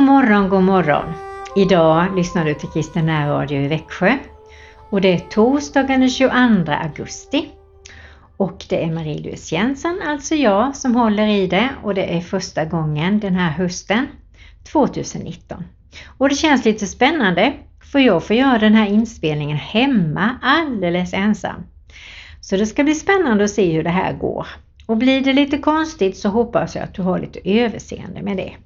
morgon, god morgon. Idag lyssnar du till Kristen närradio i Växjö. Och det är torsdagen den 22 augusti. Och det är Marie-Louise Jensen, alltså jag, som håller i det. Och det är första gången den här hösten 2019. Och det känns lite spännande, för jag får göra den här inspelningen hemma alldeles ensam. Så det ska bli spännande att se hur det här går. Och blir det lite konstigt så hoppas jag att du har lite överseende med det.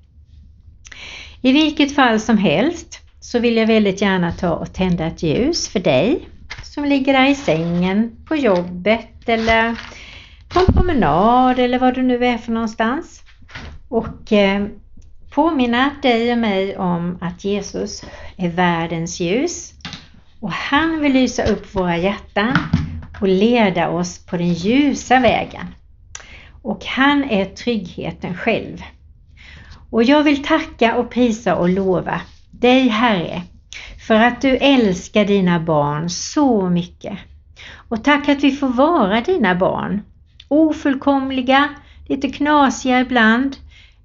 I vilket fall som helst så vill jag väldigt gärna ta och tända ett ljus för dig som ligger där i sängen, på jobbet eller på en promenad eller vad du nu är för någonstans. Och påminna dig och mig om att Jesus är världens ljus och han vill lysa upp våra hjärtan och leda oss på den ljusa vägen. Och han är tryggheten själv. Och jag vill tacka och prisa och lova dig, Herre, för att du älskar dina barn så mycket. Och tack att vi får vara dina barn. Ofullkomliga, lite knasiga ibland.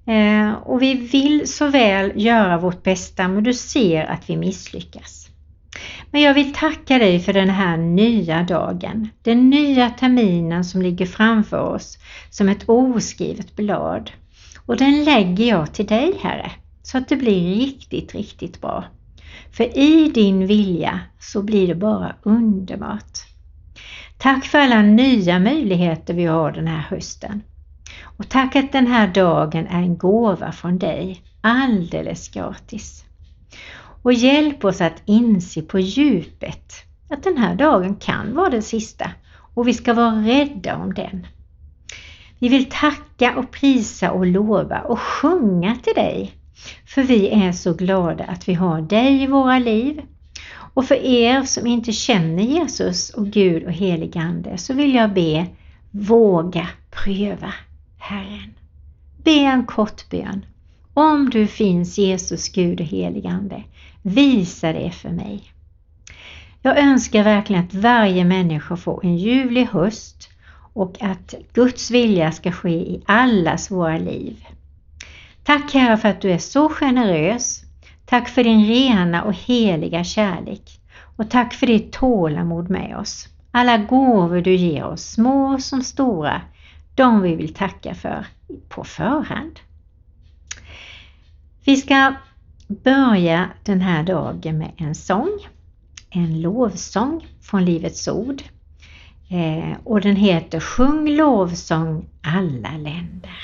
Och vi vill så väl göra vårt bästa, men du ser att vi misslyckas. Men jag vill tacka dig för den här nya dagen. Den nya terminen som ligger framför oss som ett oskrivet blad. Och den lägger jag till dig, Herre, så att det blir riktigt, riktigt bra. För i din vilja så blir det bara underbart. Tack för alla nya möjligheter vi har den här hösten. Och tack att den här dagen är en gåva från dig, alldeles gratis. Och hjälp oss att inse på djupet att den här dagen kan vara den sista. Och vi ska vara rädda om den. Vi vill tacka och prisa och lova och sjunga till dig. För vi är så glada att vi har dig i våra liv. Och för er som inte känner Jesus och Gud och helig ande så vill jag be, våga pröva Herren. Be en kort bön. Om du finns Jesus, Gud och helig ande, visa det för mig. Jag önskar verkligen att varje människa får en ljuvlig höst. Och att Guds vilja ska ske i allas våra liv. Tack Herre för att du är så generös. Tack för din rena och heliga kärlek. Och tack för ditt tålamod med oss. Alla gåvor du ger oss, små som stora, de vi vill tacka för på förhand. Vi ska börja den här dagen med en sång. En lovsång från Livets ord. Och den heter Sjung lovsång alla länder.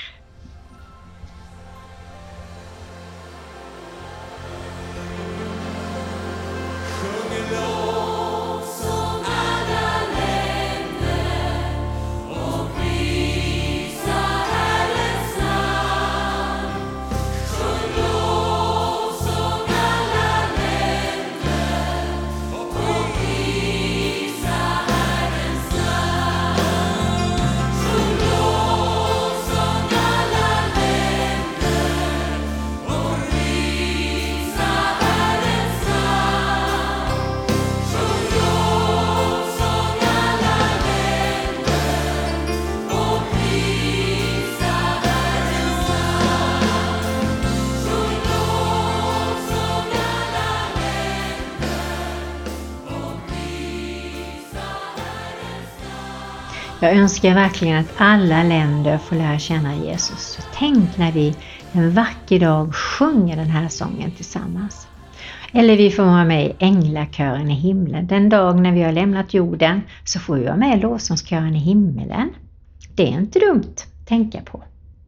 Jag önskar verkligen att alla länder får lära känna Jesus. Så tänk när vi en vacker dag sjunger den här sången tillsammans. Eller vi får vara med i änglakören i himlen. Den dag när vi har lämnat jorden så får vi vara med i lovsångskören i himmelen. Det är inte dumt att tänka på.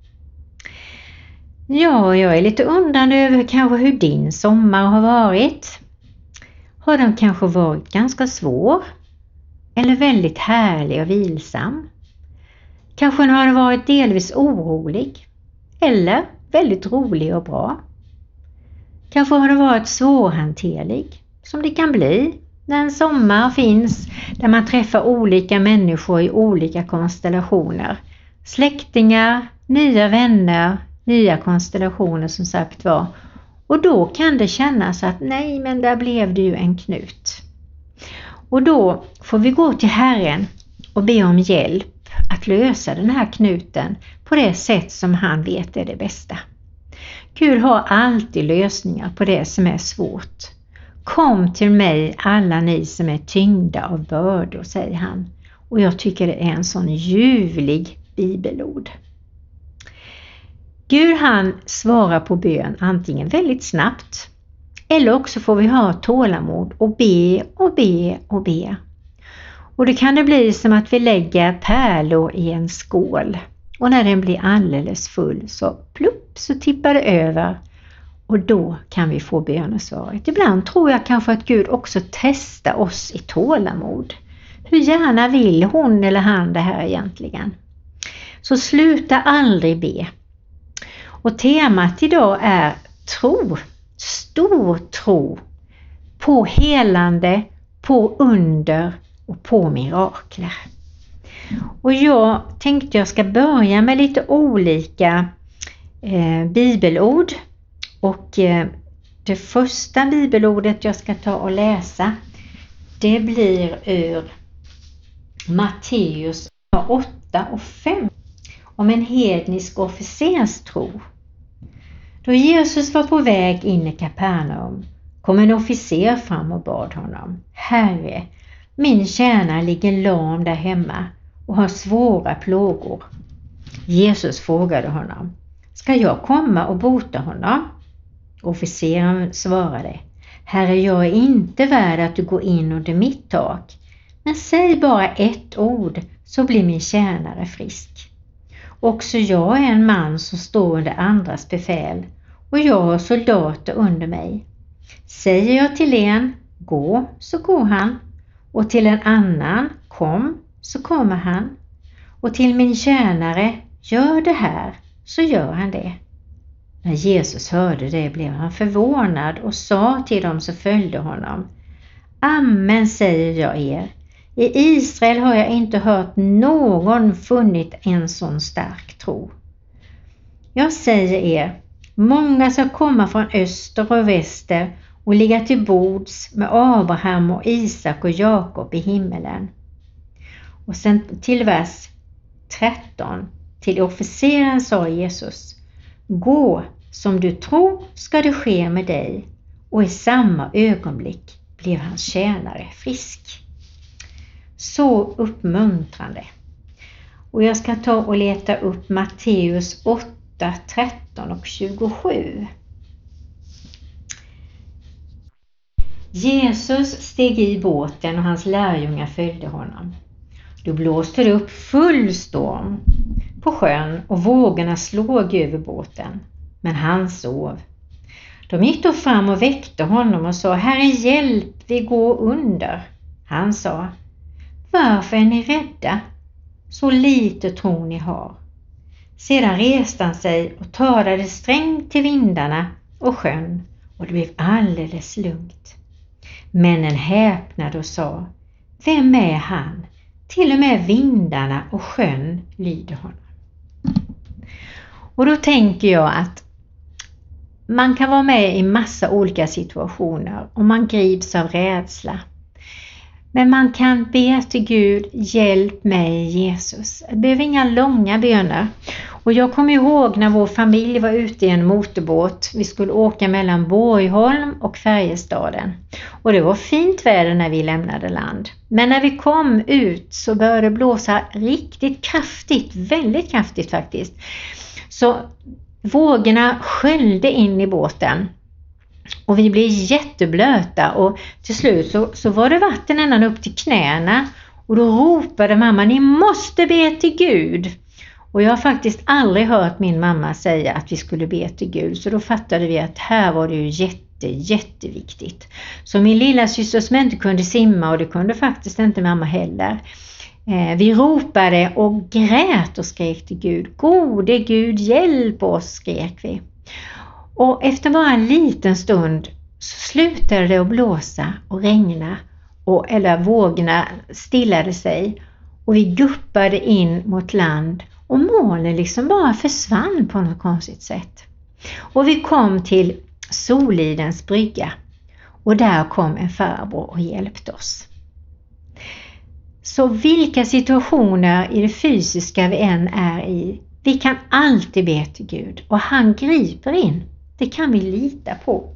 Ja, jag är lite undrande över kanske hur din sommar har varit. Har den kanske varit ganska svår? Eller väldigt härlig och vilsam. Kanske har den varit delvis orolig. Eller väldigt rolig och bra. Kanske har den varit svårhanterlig. Som det kan bli när en sommar finns där man träffar olika människor i olika konstellationer. Släktingar, nya vänner, nya konstellationer som sagt var. Och då kan det kännas att nej, men där blev det ju en knut. Och då får vi gå till Herren och be om hjälp att lösa den här knuten på det sätt som han vet är det bästa. Gud har alltid lösningar på det som är svårt. Kom till mig alla ni som är tyngda av bördor, säger han. Och jag tycker det är en sån ljuvlig bibelord. Gud han svarar på bön antingen väldigt snabbt eller också får vi ha tålamod och be och be och be. Och det kan det bli som att vi lägger pärlor i en skål. Och när den blir alldeles full så plupp så tippar det över. Och då kan vi få bönesvaret. Ibland tror jag kanske att Gud också testar oss i tålamod. Hur gärna vill hon eller han det här egentligen? Så sluta aldrig be. Och temat idag är tro. Stor tro. På helande, på under och på mirakler. Och jag tänkte jag ska börja med lite olika bibelord. Och det första bibelordet jag ska ta och läsa, det blir ur Matteus 8 och 5 om en hednisk officerstro. Då Jesus var på väg in i Kapernaum kom en officer fram och bad honom: Herre, min tjänare ligger lam där hemma och har svåra plågor. Jesus frågade honom: Ska jag komma och bota honom? Officeren svarade: Herre, jag är inte värd att du går in under mitt tak, men säg bara ett ord så blir min tjänare frisk. Också jag är en man som står under andras befäl och jag har soldater under mig. Säger jag till en, gå, så går han, och till en annan, kom, så kommer han, och till min tjänare, gör det här, så gör han det. När Jesus hörde det blev han förvånad och sa till dem som följde honom: Amen, säger jag er, i Israel har jag inte hört någon funnit en sån stark tro. Jag säger er, många ska komma från öster och väster och ligga till bords med Abraham och Isak och Jakob i himmelen. Och sen till vers 13, till officeren sa Jesus: Gå, som du tror ska det ske med dig. Och i samma ögonblick blev hans tjänare frisk. Så uppmuntrande. Och jag ska ta och leta upp Matteus 8, 13 och 27. Jesus steg i båten och hans lärjungar följde honom. Då blåste det upp full storm på sjön och vågorna slog över båten. Men han sov. De gick då fram och väckte honom och sa: Herre, hjälp, vi går under. Han sa: Varför är ni rädda? Så lite tro ni har. Sedan reste han sig och talade strängt till vindarna och sjön, och det blev alldeles lugnt. Männen häpnade och sa: Vem är han? Till och med vindarna och sjön lyder honom. Och då tänker jag att man kan vara med i massa olika situationer och man grips av rädsla. Men man kan be till Gud: hjälp mig Jesus. Det behöver inga långa böner. Och jag kommer ihåg när vår familj var ute i en motorbåt. Vi skulle åka mellan Borgholm och Färjestaden. Och det var fint väder när vi lämnade land. Men när vi kom ut så började det blåsa riktigt kraftigt. Väldigt kraftigt faktiskt. Så vågorna sköljde in i båten. Och vi blev jätteblöta och till slut så var det vatten ända upp till knäna. Och då ropade mamma: ni måste be till Gud. Och jag har faktiskt aldrig hört min mamma säga att vi skulle be till Gud. Så då fattade vi att här var det ju jätteviktigt. Så min lilla syster som inte kunde simma, och det kunde faktiskt inte mamma heller. Vi ropade och grät och skrek till Gud. Gode Gud, hjälp oss, skrek vi. Och efter bara en liten stund så slutade det att blåsa och regna. Eller vågorna stillade sig. Och vi guppade in mot land. Och molnen liksom bara försvann på något konstigt sätt. Och vi kom till Solidens brygga. Och där kom en farbror och hjälpte oss. Så vilka situationer i det fysiska vi än är i, vi kan alltid be till Gud. Och han griper in. Det kan vi lita på.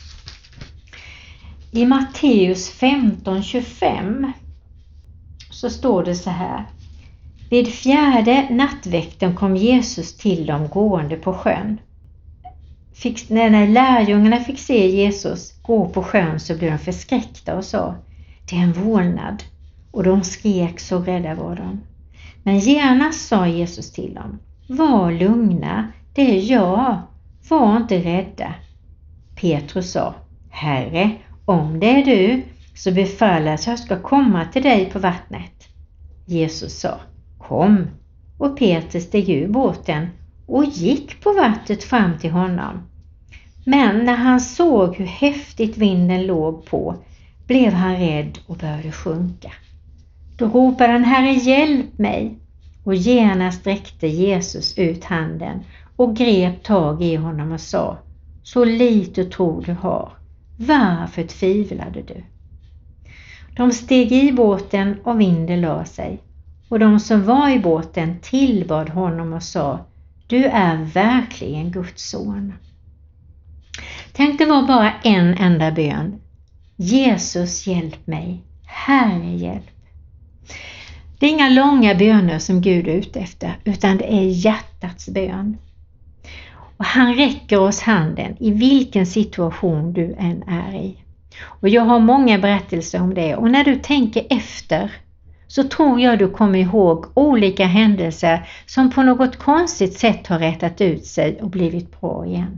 I Matteus 15:25 så står det så här. Vid 4:e nattväkten kom Jesus till dem gående på sjön. När lärjungarna fick se Jesus gå på sjön så blev de förskräckta och sa, det är en vålnad. Och de skrek, så rädda var de. Men genast sa Jesus till dem, var lugna, det är jag, var inte rädda. Petrus sa, Herre, om det är du så befaller att jag ska komma till dig på vattnet. Jesus sa, kom. Och Petrus steg ur båten och gick på vattnet fram till honom. Men när han såg hur häftigt vinden låg på blev han rädd och började sjunka. Då ropade han, Herre, hjälp mig. Och genast sträckte Jesus ut handen och grep tag i honom och sa, så lite tro du har, varför tvivlade du? De steg i båten och vinden la sig. Och de som var i båten tillbad honom och sa, du är verkligen Guds son. Tänk, det var bara en enda bön. Jesus, hjälp mig. Herre, hjälp. Det är inga långa böner som Gud är ute efter, utan det är hjärtats bön. Och han räcker oss handen i vilken situation du än är i. Och jag har många berättelser om det. Och när du tänker efter så tror jag du kommer ihåg olika händelser som på något konstigt sätt har rättat ut sig och blivit bra igen.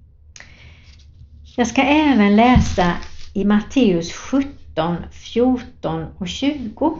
Jag ska även läsa i Matteus 17, 14 och 20.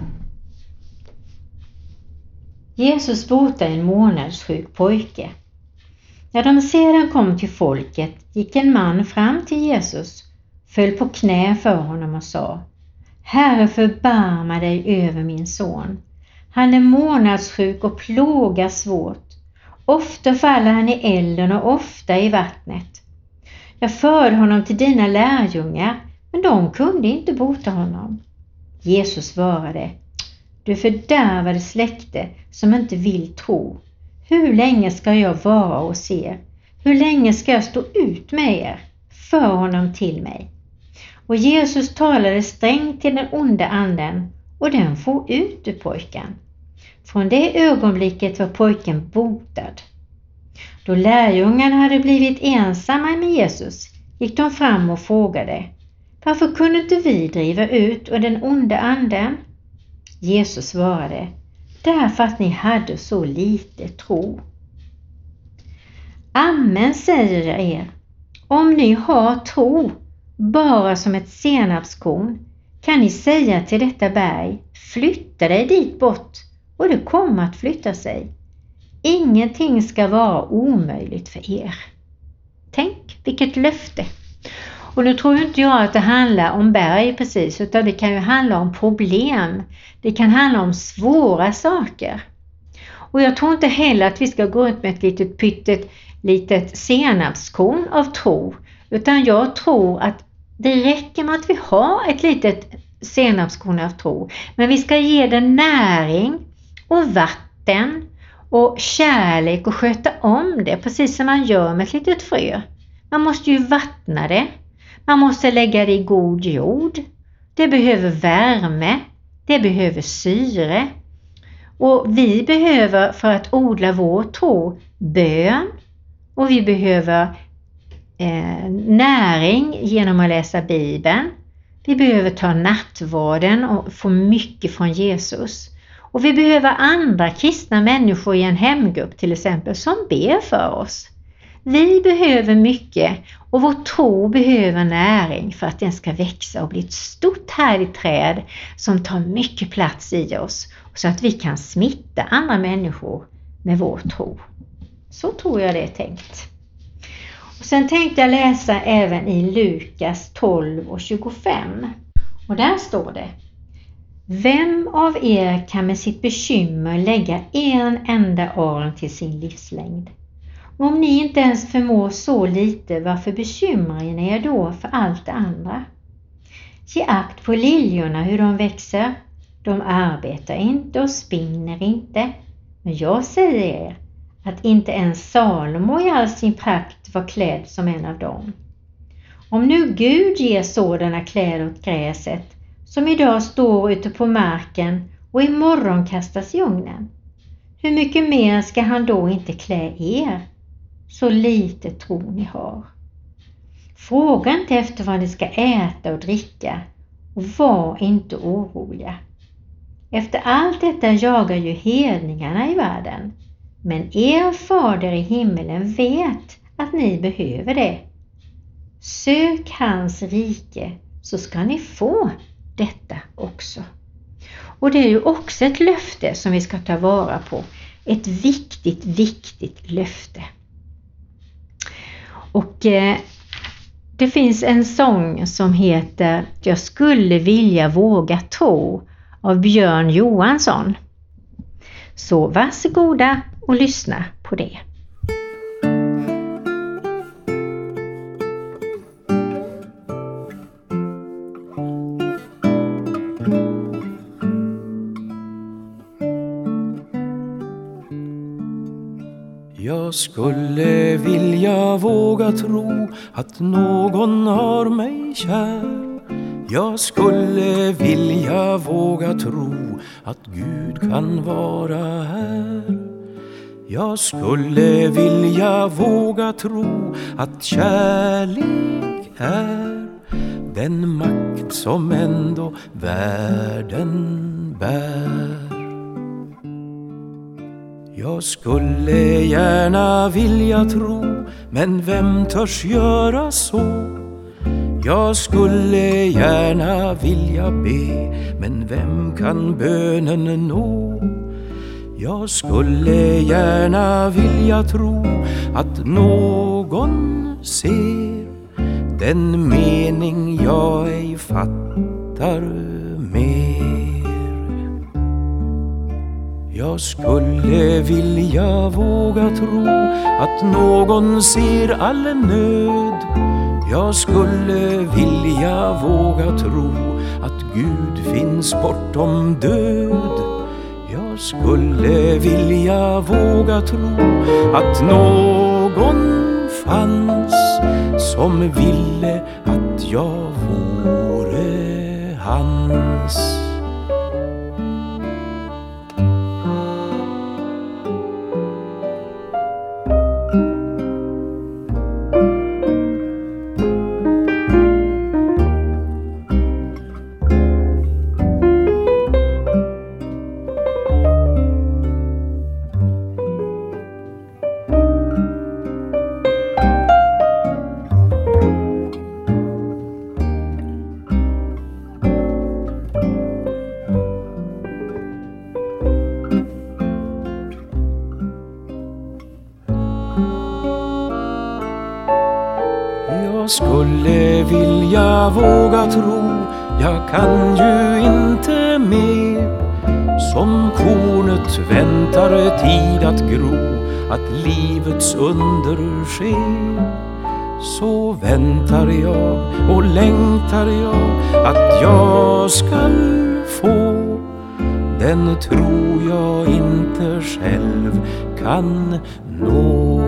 Jesus botade en månadssjuk pojke. När de sedan kom till folket gick en man fram till Jesus, föll på knä för honom och sa, Herre, förbarma dig över min son. Han är månadssjuk och plågas svårt. Ofta faller han i elden och ofta i vattnet. Jag förde honom till dina lärjungar, men de kunde inte bota honom. Jesus svarade, du fördärvade släkte som inte vill tro. Hur länge ska jag vara hos er? Hur länge ska jag stå ut med er? För honom till mig. Och Jesus talade strängt till den onda anden och den for ut ur pojken. Från det ögonblicket var pojken botad. Då lärjungarna hade blivit ensamma med Jesus gick de fram och frågade, varför kunde inte vi driva ut ur den onda anden? Jesus svarade, därför att ni hade så lite tro. Amen säger jag er, om ni har tro, bara som ett senapskorn, kan ni säga till detta berg, flytta dig dit bort, och det kommer att flytta sig. Ingenting ska vara omöjligt för er. Tänk, vilket löfte. Och nu tror inte jag att det handlar om berg precis, utan det kan ju handla om problem. Det kan handla om svåra saker. Och jag tror inte heller att vi ska gå ut med ett litet senapskorn av tro. Utan jag tror att det räcker med att vi har ett litet senapskorn av tro. Men vi ska ge den näring och vatten och kärlek och sköta om det. Precis som man gör med ett litet frö. Man måste ju vattna det. Man måste lägga det i god jord. Det behöver värme. Det behöver syre. Och vi behöver för att odla vår tro bön. Och vi behöver näring genom att läsa Bibeln. Vi behöver ta nattvarden och få mycket från Jesus. Och vi behöver andra kristna människor i en hemgrupp till exempel som ber för oss. Vi behöver mycket och vår tro behöver näring för att den ska växa och bli ett stort härligt träd som tar mycket plats i oss så att vi kan smitta andra människor med vår tro. Så tror jag det är tänkt. Och sen tänkte jag läsa även i Lukas 12 och 25. Och där står det: Vem av er kan med sitt bekymmer lägga en enda arm till sin livslängd? Om ni inte ens förmår så lite, varför bekymrar ni er då för allt det andra? Ge akt på liljorna, hur de växer. De arbetar inte och spinner inte. Men jag säger er att inte ens Salomo i all sin prakt var klädd som en av dem. Om nu Gud ger sådana kläder åt gräset som idag står ute på marken och imorgon kastas i ugnen, hur mycket mer ska han då inte klä er? Så lite tro ni har. Fråga inte efter vad ni ska äta och dricka och var inte oroliga. Efter allt detta jagar ju hedningarna i världen, men er fader i himmelen vet att ni behöver det. Sök hans rike så ska ni få detta också. Och det är ju också ett löfte som vi ska ta vara på. Ett viktigt löfte. Och det finns en sång som heter Jag skulle vilja våga tro av Björn Johansson. Så varsågoda och lyssna på det. Jag skulle vilja våga tro att någon har mig kär. Jag skulle vilja våga tro att Gud kan vara här. Jag skulle vilja våga tro att kärlek är den makt som ändå världen bär. Jag skulle gärna vilja tro, men vem törs göra så? Jag skulle gärna vilja be, men vem kan bönen nå? Jag skulle gärna vilja tro att någon ser den mening jag ej fattar mer. Jag skulle vilja våga tro att någon ser all nöd. Jag skulle vilja våga tro att Gud finns bortom död. Jag skulle vilja våga tro att någon fanns som ville att jag vore hans. Jag skulle vilja våga tro, jag kan ju inte mer. Som kornet väntar tid att gro, att livets under sker. Så väntar jag och längtar jag att jag skall få den tro jag inte själv kan nå.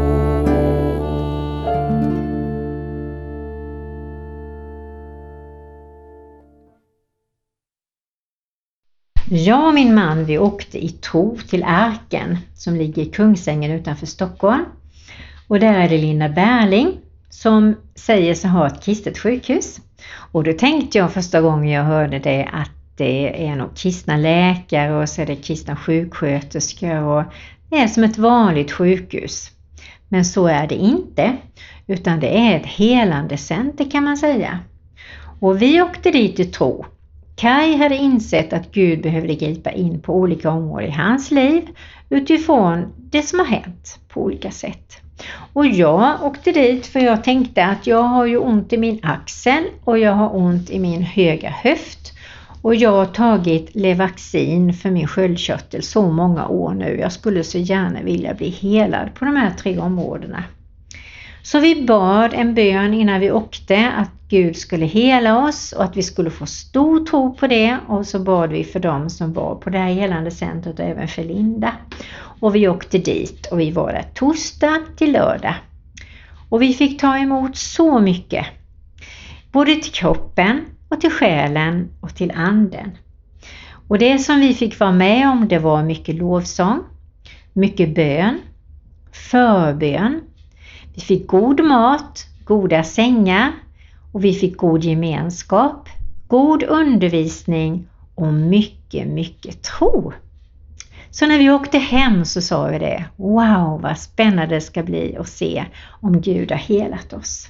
Jag och min man, vi åkte i tro till Arken som ligger i Kungsängen utanför Stockholm. Och där är det Linda Berling som säger sig ha ett kristet sjukhus. Och då tänkte jag första gången jag hörde det att det är nog kristna läkare och så är det kristna sjuksköterskor och det är som ett vanligt sjukhus. Men så är det inte, utan det är ett helande center kan man säga. Och vi åkte dit i tro. Kai hade insett att Gud behövde gripa in på olika områden i hans liv utifrån det som har hänt på olika sätt. Och jag åkte dit för jag tänkte att jag har ju ont i min axel och jag har ont i min högra höft. Och jag har tagit Levaxin för min sköldkörtel så många år nu. Jag skulle så gärna vilja bli helad på de här 3 områdena. Så vi bad en bön innan vi åkte att Gud skulle hela oss och att vi skulle få stor tro på det. Och så bad vi för dem som var på det här helande centret och även för Linda. Och vi åkte dit och vi var där torsdag till lördag. Och vi fick ta emot så mycket. Både till kroppen och till själen och till anden. Och det som vi fick vara med om, det var mycket lovsång, mycket bön, förbön. Vi fick god mat, goda sängar och vi fick god gemenskap, god undervisning och mycket, mycket tro. Så när vi åkte hem så sa vi det, wow vad spännande det ska bli att se om Gud har helat oss.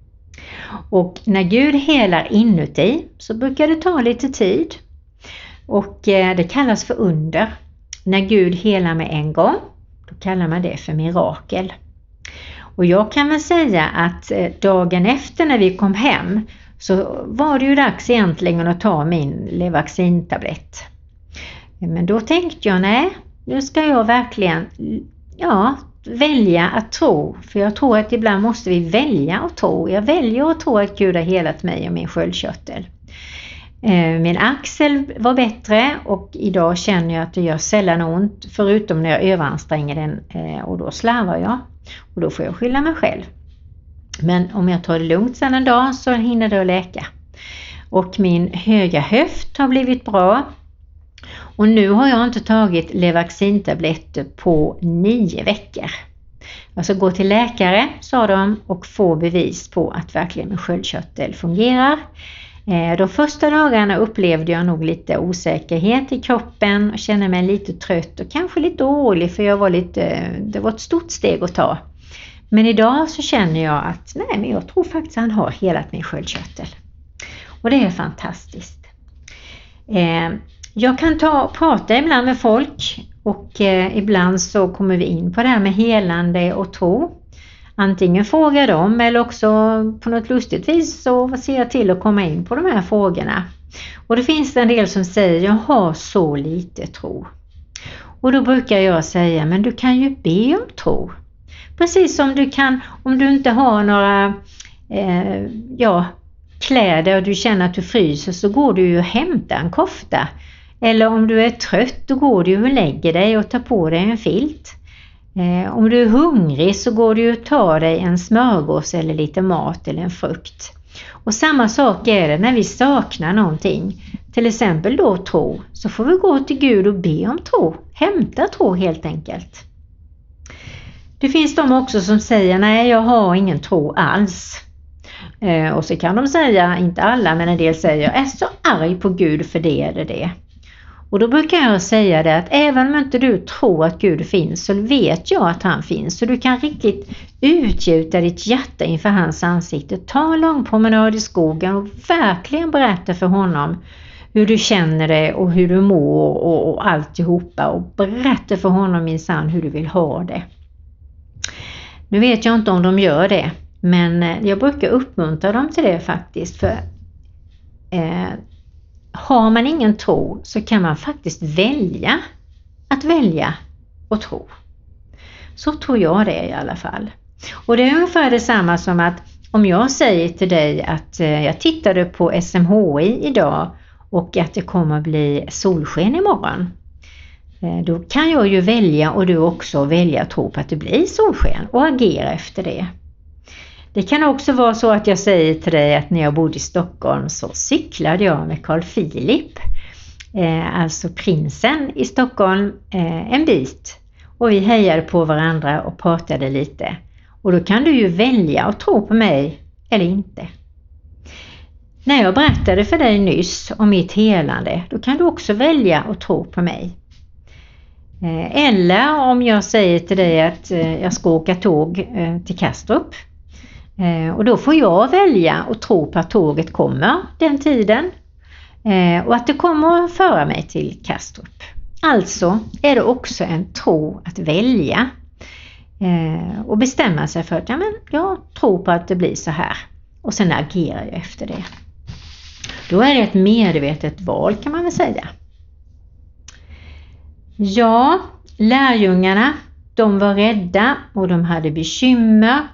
Och när Gud helar inuti så brukar det ta lite tid och det kallas för under. När Gud helar med en gång, då kallar man det för mirakel. Och jag kan väl säga att dagen efter när vi kom hem så var det ju dags egentligen att ta min Levaxin-tablett. Men då tänkte jag, nej, nu ska jag verkligen välja att tro. För jag tror att ibland måste vi välja att tro. Jag väljer att tro att Gud har helat mig och min sköldkörtel. Min axel var bättre och idag känner jag att det gör sällan ont. Förutom när jag överanstränger den och då slarvar jag. Och då får jag skylla mig själv. Men om jag tar det lugnt sedan en dag så hinner det att läka. Och min höga höft har blivit bra. Och nu har jag inte tagit Levaxin-tabletter på 9 veckor. Alltså gå till läkare, sa de, och få bevis på att verkligen min sköldkörtel fungerar. De första dagarna upplevde jag nog lite osäkerhet i kroppen och kände mig lite trött och kanske lite orolig för det var ett stort steg att ta. Men idag så känner jag att men jag tror faktiskt att han har helat min sköldkörtel. Och det är fantastiskt. Jag kan prata ibland med folk och ibland så kommer vi in på det här med helande och tro. Antingen frågar de eller också på något lustigt vis så ser jag till att komma in på de här frågorna. Och det finns en del som säger jag har så lite tro. Och då brukar jag säga men du kan ju be om tro. Precis som du kan om du inte har några kläder och du känner att du fryser så går du ju och hämtar en kofta. Eller om du är trött då går du och lägger dig och tar på dig en filt. Om du är hungrig så går du och tar dig en smörgås eller lite mat eller en frukt. Och samma sak är det när vi saknar någonting. Till exempel då tro. Så får vi gå till Gud och be om tro. Hämta tro helt enkelt. Det finns de också som säger nej jag har ingen tro alls. Och så kan de säga, inte alla men en del säger jag är så arg på Gud för det eller det. Och då brukar jag säga det att även om inte du tror att Gud finns så vet jag att han finns. Så du kan riktigt utgjuta ditt hjärta inför hans ansikte. Ta en lång promenad i skogen och verkligen berätta för honom hur du känner det och hur du mår och alltihopa. Och berätta för honom minsann hur du vill ha det. Nu vet jag inte om de gör det. Men jag brukar uppmuntra dem till det faktiskt. För har man ingen tro så kan man faktiskt välja att tro. Så tror jag det i alla fall. Och det är ungefär detsamma som att om jag säger till dig att jag tittade på SMHI idag och att det kommer bli solsken imorgon. Då kan jag ju välja och du också välja att tro på att det blir solsken och agera efter det. Det kan också vara så att jag säger till dig att när jag bodde i Stockholm så cyklade jag med Carl Philip, alltså prinsen i Stockholm, en bit. Och vi hejade på varandra och pratade lite. Och då kan du ju välja att tro på mig eller inte. När jag berättade för dig nyss om mitt helande, då kan du också välja att tro på mig. Eller om jag säger till dig att jag ska åka tåg till Kastrup. Och då får jag välja att tro på att tåget kommer den tiden. Och att det kommer att föra mig till Kastrup. Alltså är det också en tro att välja. Och bestämma sig för att jag tror på att det blir så här. Och sen agerar jag efter det. Då är det ett medvetet val kan man väl säga. Ja, lärjungarna, de var rädda och de hade bekymmer.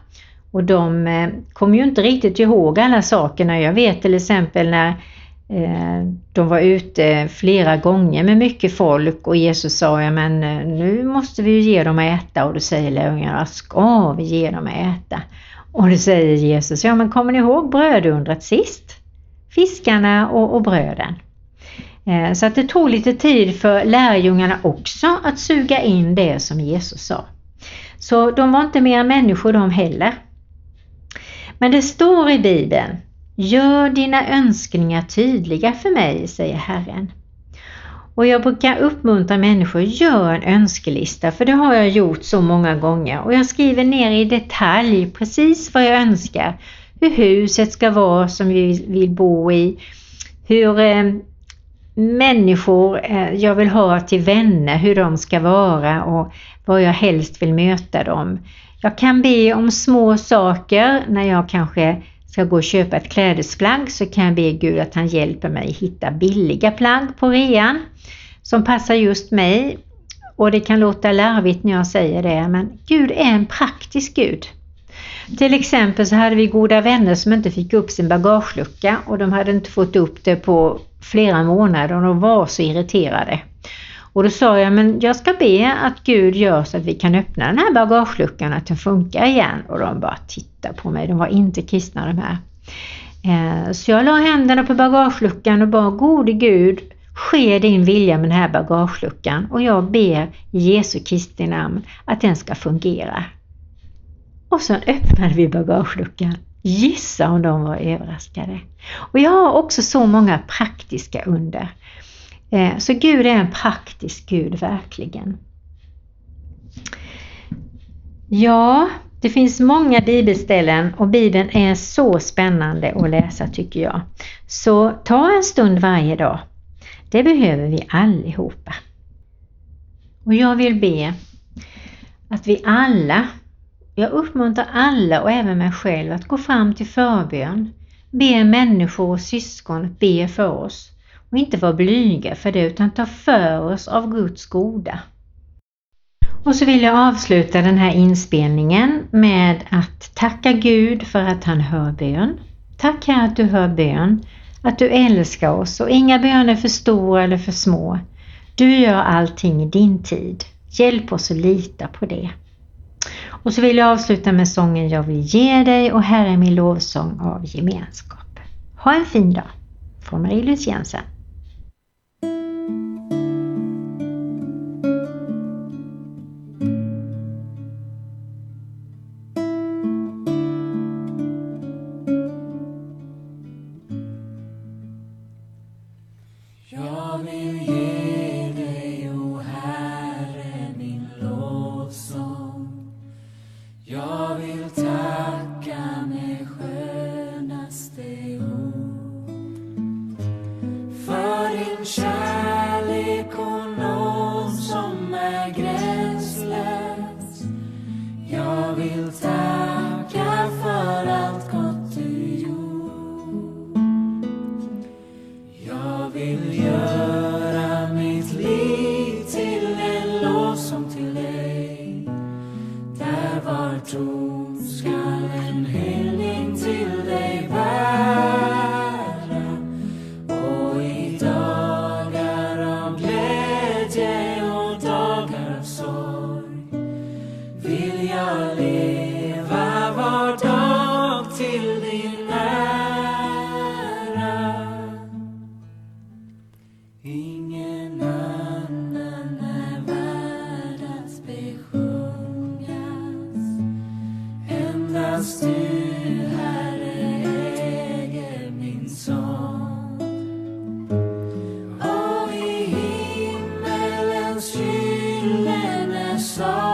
Och de kom ju inte riktigt ihåg alla sakerna. Jag vet till exempel när de var ute flera gånger med mycket folk och Jesus sa, ja men nu måste vi ju ge dem att äta. Och då säger lärjungarna, ska vi ge dem att äta? Och då säger Jesus, ja men kommer ni ihåg brödundret sist? Fiskarna och bröden. Så att det tog lite tid för lärjungarna också att suga in det som Jesus sa. Så de var inte mer människor de heller. Men det står i Bibeln, gör dina önskningar tydliga för mig, säger Herren. Och jag brukar uppmuntra människor, gör en önskelista, för det har jag gjort så många gånger. Och jag skriver ner i detalj precis vad jag önskar. Hur huset ska vara som vi vill bo i. Hur människor jag vill ha till vänner, hur de ska vara och vad jag helst vill möta dem. Jag kan be om små saker när jag kanske ska gå och köpa ett klädesplagg, så kan jag be Gud att han hjälper mig hitta billiga plagg på rean som passar just mig. Och det kan låta larvigt när jag säger det, men Gud är en praktisk Gud. Till exempel så hade vi goda vänner som inte fick upp sin bagagelucka och de hade inte fått upp det på flera månader och de var så irriterade. Och då sa jag, men jag ska be att Gud gör så att vi kan öppna den här bagageluckan, att den funkar igen. Och de bara tittade på mig, de var inte kristna de här. Så jag la händerna på bagageluckan och bara, gode Gud, ske din vilja med den här bagageluckan. Och jag ber i Jesu Kristi namn att den ska fungera. Och så öppnade vi bagageluckan. Gissa om de var överraskade. Och jag har också så många praktiska under. Så Gud är en praktisk Gud, verkligen. Ja, det finns många bibelställen och Bibeln är så spännande att läsa tycker jag. Så ta en stund varje dag. Det behöver vi allihopa. Och jag vill be att vi alla, jag uppmuntrar alla och även mig själv att gå fram till förbön. Be människor och syskon be för oss. Och inte vara blyga för det, utan ta för oss av Guds goda. Och så vill jag avsluta den här inspelningen med att tacka Gud för att han hör bön. Tack Herre att du hör bön, att du älskar oss och inga bön är för stora eller för små. Du gör allting i din tid. Hjälp oss att lita på det. Och så vill jag avsluta med sången Jag vill ge dig och här är min lovsång av gemenskap. Ha en fin dag. Från Marie-Louise Jensen. Jag vill ge dig, o Herre, min lovsång. Jag vill tacka med skönaste ord för din kärlek och nåd som är gränslös. Jag vill tacka för allt gott du gjort. Jag vill göra mitt liv till en lovsång till dig. Där var ton skall en hyllning till dig bära. Och i dagar av glädje och dagar av sorg vill jag leva var dag till din ära. Ingen annan är värd att besjungas. Endast du, Herre, äger min sång. Och i himmelens gyllene sal